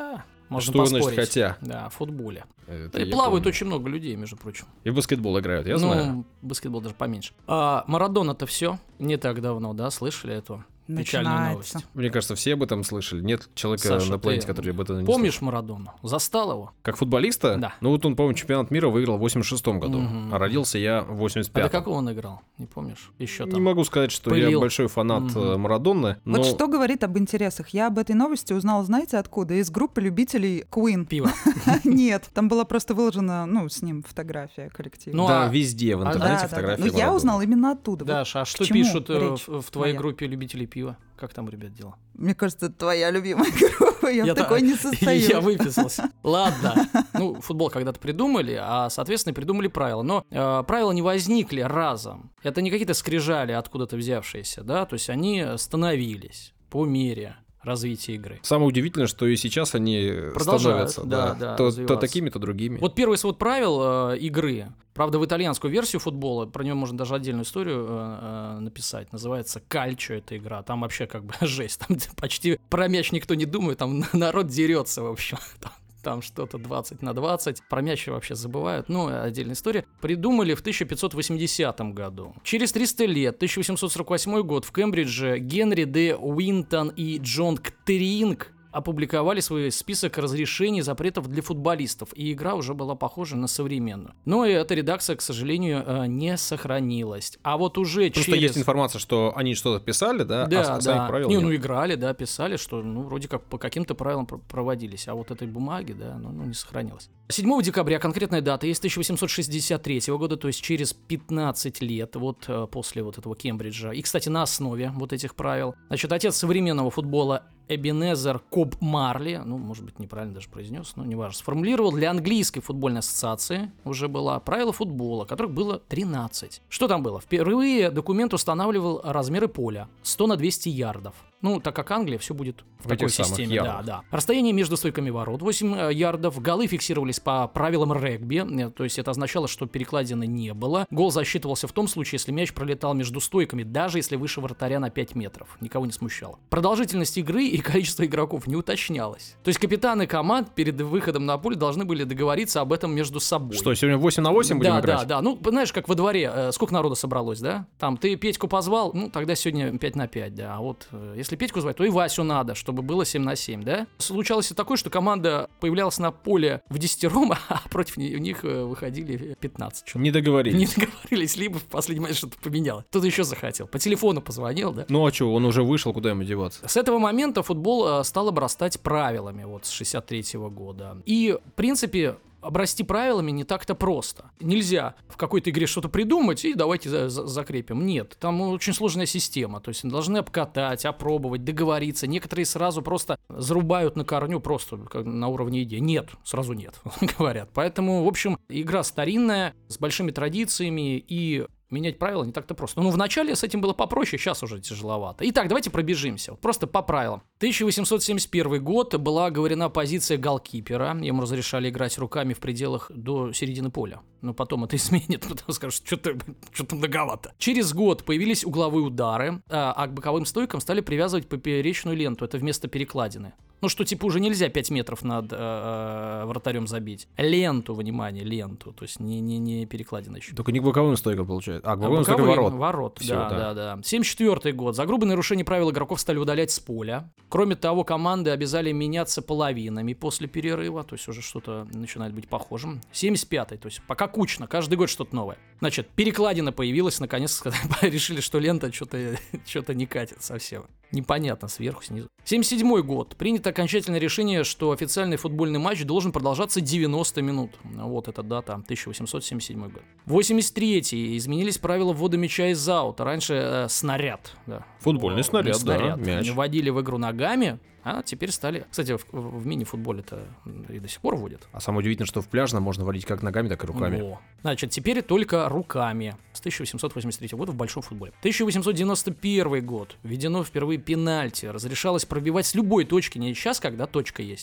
Можно Что поспорить. значит хотя? Да, в футболе. Это И я плавают помню. очень много людей, между прочим. И в баскетбол играют, я ну, знаю. баскетбол даже поменьше. А Марадона-то все не так давно, да, слышали эту печальную Начинается. новость? Мне кажется, все об этом слышали. Нет человека Саша, на планете, ты который об этом не Помнишь Марадону? Застал его? слышал. Как футболиста? Да. Ну вот он, по-моему, чемпионат мира выиграл в восемьдесят шестом году. Мгм. А родился я в восемьдесят А до пятом. какого он играл? Не помнишь? Еще Не там. могу сказать, что я пылил. большой фанат Мгм. э, Марадоны, но... Вот что говорит об интересах. Я об этой новости узнала, знаете, откуда? Из группы любителей Queen. Пиво. Нет, там была просто выложена, ну, с ним фотография коллектива. Ну, да, а- везде в а, интернете Да, да, да. фотографии Но я Марадоны. узнала именно оттуда. Вот Даша, а что чему пишут э, речь в, в твоей моя? группе любителей пива? Как там, ребят, дела? Мне кажется, это твоя любимая группа. Я, Я в такой та- не состою. Я выписался. Ладно. Ну, футбол когда-то придумали, а, соответственно, придумали правила. Но э, правила не возникли разом. Это не какие-то скрижали откуда-то взявшиеся, да? То есть они становились по мере развития игры. Самое удивительное, что и сейчас они Продолжают, становятся. да, да, то, то развиваться. такими, то другими. Вот первый свод правил э, игры, правда, в итальянскую версию футбола, про нее можно даже отдельную историю э, э, написать, называется «Кальчо» эта игра, там вообще как бы жесть, там почти про мяч никто не думает, там народ дерется, в общем, там, там что-то двадцать на двадцать, про мяч вообще забывают, ну, отдельная история. Придумали в тысяча пятьсот восьмидесятом году. Через триста лет, тысяча восемьсот сорок восьмой год, в Кембридже Генри Д. Уинтон и Джон Ктеринг опубликовали свой список разрешений запретов для футболистов, и игра уже была похожа на современную. Но и эта редакция, к сожалению, э, не сохранилась. А вот уже Просто через... есть информация, что они что-то писали, да, Да, а да. самих правил Не, нет. ну играли, да, писали, что, ну, вроде как по каким-то правилам пр- проводились, а вот этой бумаги, да, ну, ну, не сохранилось. седьмого декабря, конкретная дата, есть тысяча восемьсот шестьдесят третьего года, то есть через пятнадцать лет, вот э, после вот этого Кембриджа. И, кстати, на основе вот этих правил. Значит, отец современного футбола Эбенезер Коб Марли, ну, может быть, неправильно даже произнес, но неважно, сформулировал для английской футбольной ассоциации, уже была, правила футбола, которых было тринадцать. Что там было? Впервые документ устанавливал размеры поля сто на двести ярдов. Ну, так как Англия, все будет в, В такой этих самых системе. Да, ярдах. да. Расстояние между стойками ворот восемь э, ярдов. Голы фиксировались по правилам регби. э, То есть это означало, что перекладины не было. Гол засчитывался в том случае, если мяч пролетал между стойками, даже если выше вратаря на пять метров. Никого не смущало. Продолжительность игры и количество игроков не уточнялось. То есть капитаны команд перед выходом на поле должны были договориться об этом между собой. Что, сегодня восемь на восемь будем Да, играть? да, да. Ну, знаешь, как во дворе, э, сколько народу собралось, да? Там ты Петьку позвал, ну, тогда сегодня пять на пять, да. А вот э, если Петьку звать, то и Васю надо, чтобы было семь на семь, да? Случалось и такое, что команда появлялась на поле в десятером, а против них, них э, выходили пятнадцать. Что-то Не договорились. не договорились, либо в последний момент что-то поменялось. Кто-то еще захотел. По телефону позвонил, да? Ну а что, он уже вышел, куда ему деваться? С этого момента футбол э, стал обрастать правилами, вот с шестьдесят третьего года. И, в принципе, обрасти правилами не так-то просто. Нельзя в какой-то игре что-то придумать и давайте за- за- закрепим. Нет, там очень сложная система. То есть должны обкатать, опробовать, договориться. Некоторые сразу просто зарубают на корню, просто как на уровне идеи. Нет, сразу нет, говорят. Поэтому, в общем, игра старинная, с большими традициями, и менять правила не так-то просто. Ну, вначале с этим было попроще, сейчас уже тяжеловато. Итак, давайте пробежимся. Вот просто по правилам. тысяча восемьсот семьдесят первый год, была оговорена позиция голкипера. Ему разрешали играть руками в пределах до середины поля. Но потом это изменит, потому скажут, что-то, что-то многовато. Через год появились угловые удары, а к боковым стойкам стали привязывать поперечную ленту. Это вместо перекладины. Ну, что типа уже нельзя пять метров над э, э, вратарем забить. Ленту, внимание, ленту. То есть не, не, не перекладина еще. Только не к боковым стойкам получается. А, к А боковым стойкам боковые ворот. Ворот, Всё, да, да. да, да. семьдесят четвёртый год. За грубое нарушение правил игроков стали удалять с поля. Кроме того, команды обязали меняться половинами после перерыва, то есть уже что-то начинает быть похожим. семьдесят пятый, то есть пока кучно, каждый год что-то новое. Значит, перекладина появилась, наконец, когда решили, что лента что-то, что-то не катит совсем. Непонятно, сверху, снизу. семьдесят седьмой год. Принято окончательное решение, что официальный футбольный матч должен продолжаться девяносто минут. Вот эта дата, тысяча восемьсот семьдесят седьмой год. восемьдесят третий. Изменились правила ввода мяча из аута. Раньше э, снаряд. Да. Футбольный О, снаряд, не снаряд. да, мяч. Вводили в игру ногами, а теперь стали... Кстати, в, в мини-футболе-то и до сих пор вводят. А самое удивительное, что в пляжном можно водить как ногами, так и руками. Во. Значит, теперь только руками. С тысяча восемьсот восемьдесят третьего года в большом футболе. тысяча восемьсот девяносто первый год. Введено впервые пенальти. Разрешалось пробивать с любой точки. Не сейчас, когда точка есть,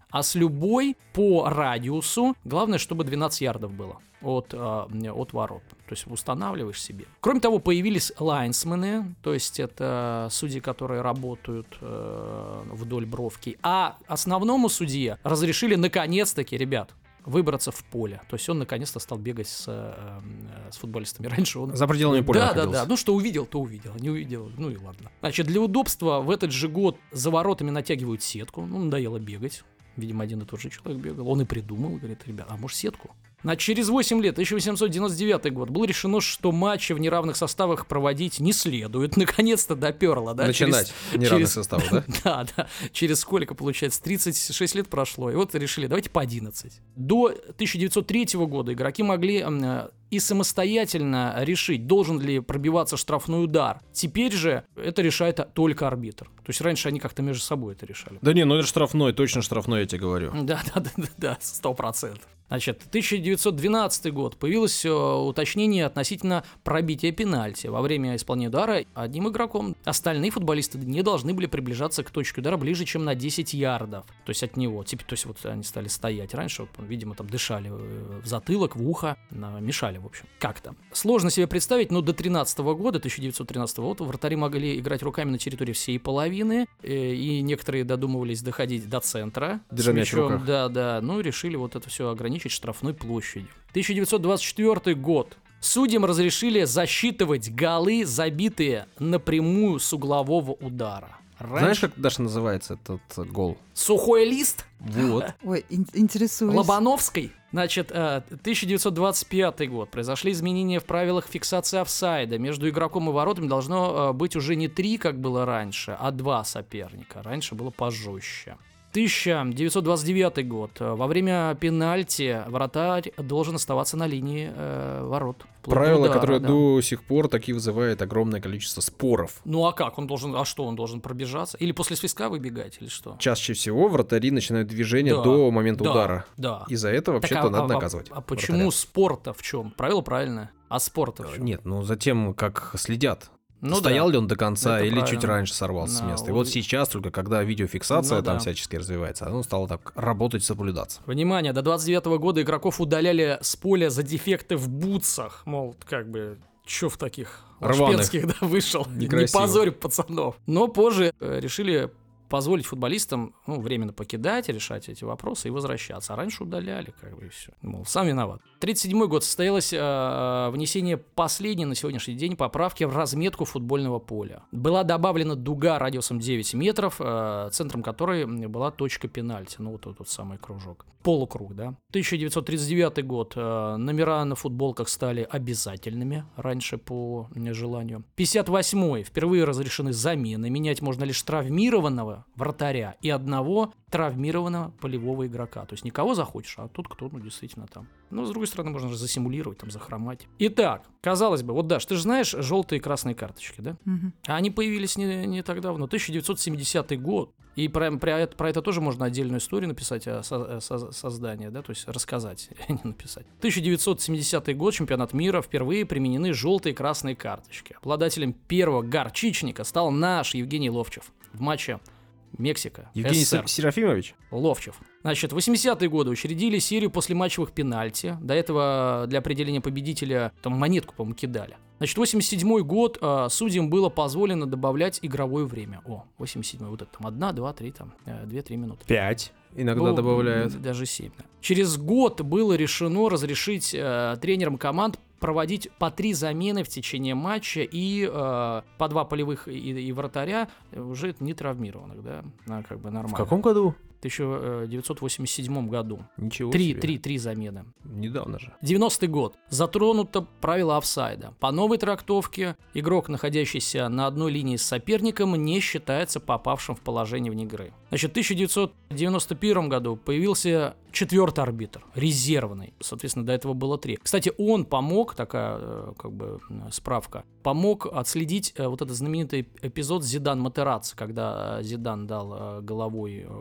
а с любой по радиусу. Главное, чтобы двенадцать ярдов было от, э, от ворот. То есть устанавливаешь себе. Кроме того, появились лайнсмены, то есть это судьи, которые работают э, вдоль бровки. А основному судье разрешили наконец-таки, ребят, выбраться в поле. То есть он наконец-то стал бегать с, э, с футболистами. Раньше он... За пределами поля Да, находился. да, да. Ну, что увидел, то увидел. Не увидел, ну и ладно. Значит, для удобства в этот же год за воротами натягивают сетку. Ну, надоело бегать. Видимо, один и тот же человек бегал. Он и придумал, говорит, ребят, а может сетку? Значит, через восемь лет, тысяча восемьсот девяносто девятый год, было решено, что матчи в неравных составах проводить не следует. Наконец-то доперло, да? Начинать через, неравных через, составов, да? Да, да. Через сколько, получается, тридцать шесть лет прошло. И вот решили, давайте по одиннадцать. До тысяча девятьсот третьего года игроки могли э, и самостоятельно решить, должен ли пробиваться штрафной удар. Теперь же это решает только арбитр. То есть раньше они как-то между собой это решали. Да не, ну это штрафной, точно штрафной, я тебе говорю. Да, да, да, да, да, сто процентов. Значит, тысяча девятьсот двенадцатый год. Появилось э, уточнение относительно пробития пенальти. Во время исполнения удара одним игроком. Остальные футболисты не должны были приближаться к точке удара ближе, чем на десять ярдов. То есть от него. Типа, то есть вот они стали стоять. Раньше, вот, видимо, там дышали в затылок, в ухо. Мешали, в общем. Как-то. Сложно себе представить, но до тринадцатого года, тысяча девятьсот тринадцатого года, вратари могли играть руками на территории всей половины. Э, и некоторые додумывались доходить до центра. Держа мяч в руках. Да, да. Ну и решили вот это все ограничить штрафной площадью. тысяча девятьсот двадцать четвёртый год. Судьям разрешили засчитывать голы, забитые напрямую с углового удара. Раньше... Знаешь, как, Даша, называется этот гол? Сухой лист? Вот. Ой, ин- интересуюсь. Лобановской. Значит, тысяча девятьсот двадцать пятый год. Произошли изменения в правилах фиксации офсайда. Между игроком и воротами должно быть уже не три, как было раньше, а два соперника. Раньше было пожестче. тысяча девятьсот двадцать девятый год. Во время пенальти вратарь должен оставаться на линии э, ворот. Правило, удара, которое да. до сих пор таки вызывает огромное количество споров. Ну а как? Он должен. А что, он должен пробежаться? Или после свистка выбегать, или что? Чаще всего вратари начинают движение Да, до момента да, удара. Да. Из-за этого Так, вообще-то а, надо а, наказывать. А, а почему вратаря. спор-то в чем? Правило правильное. А спор-то в чем? Нет, ну затем как следят. Ну Стоял да. ли он до конца Это или правильно. чуть раньше сорвался с Да, места. И вот- вот сейчас, только когда видеофиксация Ну там да. всячески развивается, оно стало так работать, соблюдаться. Внимание, до двадцать девятого года игроков удаляли с поля за дефекты в бутсах. Мол, как бы, чё в таких Рваных. лашпенских, да, вышел? Не Некрасиво. позорь пацанов. Но позже э, решили позволить футболистам, ну, временно покидать, решать эти вопросы и возвращаться. А раньше удаляли, как бы, и все. Мол, сам виноват. тридцать седьмой год состоялось э, внесение последней на сегодняшний день поправки в разметку футбольного поля. Была добавлена дуга радиусом девять метров, э, центром которой была точка пенальти. Ну, вот тот, тот самый кружок. Полукруг, да. тысяча девятьсот тридцать девятый год. Э, номера на футболках стали обязательными. Раньше по э, желанию. пятьдесят восьмой. Впервые разрешены замены. Менять можно лишь травмированного вратаря и одного травмированного полевого игрока. То есть никого захочешь, а тут кто, ну, действительно там. Но, с другой стороны, можно же засимулировать, там, захромать. Итак, казалось бы, вот, Даш, ты же знаешь желтые и красные карточки, да? Мгм. А они появились не, не так давно, тысяча девятьсот семидесятый год. И про, про, это, про это тоже можно отдельную историю написать о со- со- создании, да, то есть рассказать, а не написать. тысяча девятьсот семидесятый год, чемпионат мира, впервые применены желтые и красные карточки. Обладателем первого горчичника стал наш Евгений Ловчев в матче Мексика, Евгений СССР. Серафимович? Ловчев. Значит, в восьмидесятые годы учредили серию послематчевых пенальти. До этого для определения победителя там монетку, по-моему, кидали. Значит, восемьдесят седьмой год э, судьям было позволено добавлять игровое время. О, восемьдесят седьмой, вот это там одна, два, три, там, э, две-три минуты. Пять. Иногда Ну, добавляют. Даже семь. Да. Через год было решено разрешить э, тренерам команд проводить по три замены в течение матча и э, по два полевых и, и вратаря уже не травмированных, да, а, как бы В нормально. каком году? В тысяча девятьсот восемьдесят седьмом году. Ничего Три, себе. три, три замены. Недавно же. девяностый год. Затронуто правило офсайда. По новой трактовке игрок, находящийся на одной линии с соперником, не считается попавшим в положение вне игры. Значит, в тысяча девятьсот девяносто первом году появился четвертый арбитр, резервный. Соответственно, до этого было три. Кстати, он помог, такая э, как бы э, справка, помог отследить э, вот этот знаменитый эпизод Зидан Матерацци, когда Зидан дал э, головой э, в грудь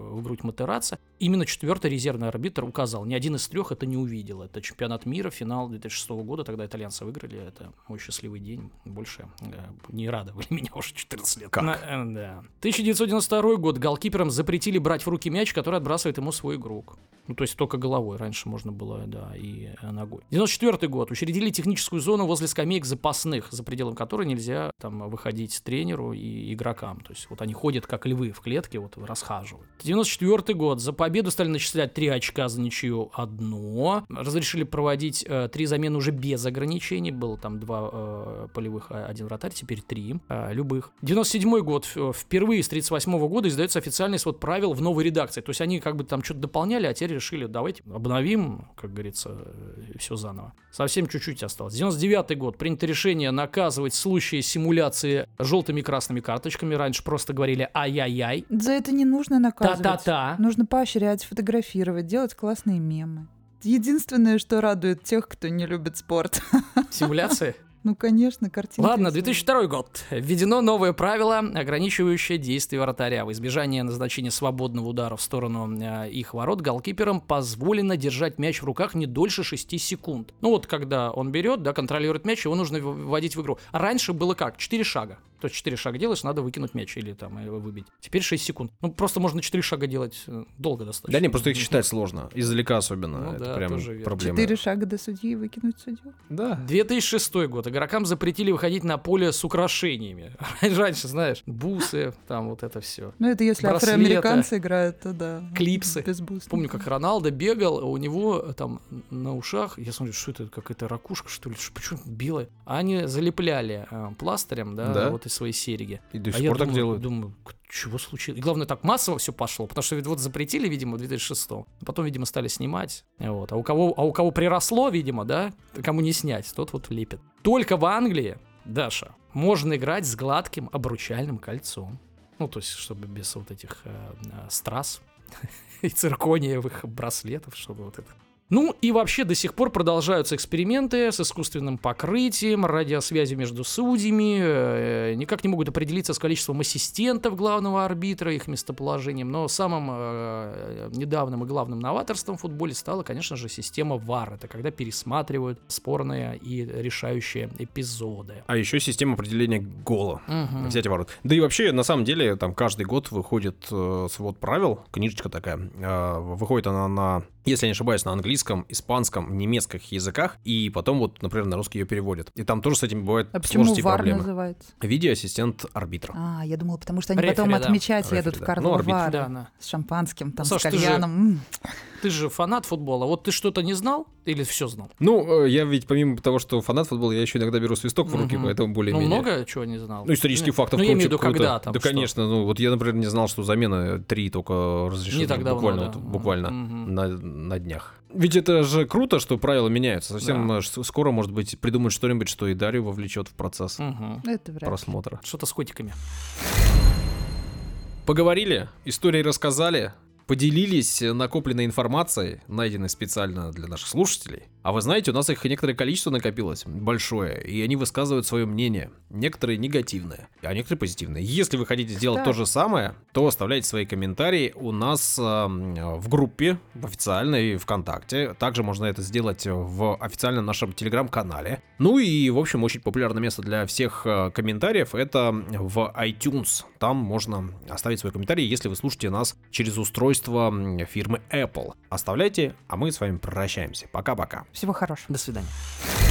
Матерацци. Именно четвертый резервный арбитр указал. Ни один из трех это не увидел. Это чемпионат мира, финал две тысячи шестого года, тогда итальянцы выиграли. Это мой счастливый день. Больше э, не радовали меня уже четырнадцать лет. Как? На, э, да. тысяча девятьсот девяносто второй год. Голкиперам запретили брать в руки мяч, который отбрасывает ему свой игрок. Ну, то есть только головой. Раньше можно было, да, и ногой. девяносто четвёртый год. Учредили техническую зону возле скамеек запасных, за пределом которой нельзя там выходить тренеру и игрокам. То есть вот они ходят как львы в клетке, вот расхаживают. девяносто четвёртый год. За победу стали начислять три очка, за ничью одно. Разрешили проводить э, три замены уже без ограничений. Было там два э, полевых, один вратарь, теперь три э, любых. девяносто седьмой год. Впервые с тридцать восьмого года издается официальный свод правил в новой редакции. То есть они как бы там что-то дополняли, а теперь решили, давайте обновим, как говорится, все заново. Совсем чуть-чуть осталось. девяносто девятый год. Принято решение наказывать в случае симуляции желтыми и красными карточками. Раньше просто говорили ай-яй-яй. За это не нужно наказывать. Та-та-та. Нужно поощрять, фотографировать, делать классные мемы. Единственное, что радует тех, кто не любит спорт. Симуляции? Ну, конечно, картинки. Ладно, две тысячи второй год. Введено новое правило, ограничивающее действия вратаря. В избежание назначения свободного удара в сторону э, их ворот голкиперам позволено держать мяч в руках не дольше шести секунд. Ну вот, когда он берет, да, контролирует мяч, его нужно вводить в игру. А раньше было как? четыре шага. То есть четыре шага делаешь, надо выкинуть мяч или там его выбить. Теперь шесть секунд. Ну, просто можно четыре шага делать долго достаточно. Да не, просто их считать сложно. Издалека особенно. Ну, это да, прям тоже верно. проблема. Четыре шага до судьи и выкинуть судью. Да. две тысячи шестой год. Игрокам запретили выходить на поле с украшениями. Раньше, знаешь, бусы, там вот это все. Ну, это если Браслеты. афроамериканцы играют, то да. Клипсы. Без буса. Помню, как Роналдо бегал, у него там на ушах, я смотрю, что это, какая-то ракушка, что ли, почему белая? А они залепляли э, пластырем, да, Да. вот из своей серьги. И до А сих я пор так думаю, делают. думаю, чего случилось? И главное, так массово все пошло, потому что вот запретили, видимо, в две тысячи шестом. Потом, видимо, стали снимать. Вот. А у кого, а у кого приросло, видимо, да, кому не снять, тот вот лепит. Только в Англии, Даша, можно играть с гладким обручальным кольцом. Ну, то есть, чтобы без вот этих э, э, страз и циркониевых браслетов, чтобы вот это. Ну и вообще до сих пор продолжаются эксперименты с искусственным покрытием, радиосвязью между судьями, э, никак не могут определиться с количеством ассистентов главного арбитра, их местоположением, но самым э, недавним и главным новаторством в футболе стала, конечно же, система вар. Это когда пересматривают спорные и решающие эпизоды. А еще система определения гола. Угу. Взять ворот. Да и вообще, на самом деле, там каждый год выходит э, свод правил, книжечка такая. Э, выходит она на, если я не ошибаюсь, на английском, испанском, немецких языках, и потом вот, например, на русский ее переводят. И там тоже с этим бывают А почему сложности и вар проблемы. называется? Видеоассистент арбитра. А, я думала, потому что они Рефери, потом да. отмечать Рефери, едут в да. Карловы Ну, арбитр. Вары Да, да. с шампанским, там, Саш, с ты же- кальяном. М. Ты же фанат футбола, вот ты что-то не знал или все знал? Ну, э, я ведь помимо того, что фанат футбола, я еще иногда беру свисток в руки, Мгм. поэтому Ну, более-менее... много чего не знал. Ну, исторических Ну, фактов ну, я имею в виду, круто. когда там Да, что? конечно. Ну, вот я, например, не знал, что замена три только разрешены Не так давно, буквально, да. вот, буквально Мгм. на, на днях. Ведь это же круто, что правила меняются. Совсем Да. э, ш- скоро, может быть, придумают что-нибудь, что и Дарью вовлечет в процесс Мгм. Это вряд ли. просмотра. Что-то с котиками. Поговорили, истории рассказали, поделились накопленной информацией, найденной специально для наших слушателей. А вы знаете, у нас их некоторое количество накопилось, большое, и они высказывают свое мнение. Некоторые негативные, а некоторые позитивные. Если вы хотите сделать Кстати. то же самое, то оставляйте свои комментарии у нас э, в группе, в официальной ВКонтакте. Также можно это сделать в официальном нашем телеграм-канале. Ну и, в общем, очень популярное место для всех э, комментариев — это в iTunes. Там можно оставить свой комментарий, если вы слушаете нас через устройство м, фирмы Apple. Оставляйте, а мы с вами прощаемся. Пока-пока. Всего хорошего. До свидания.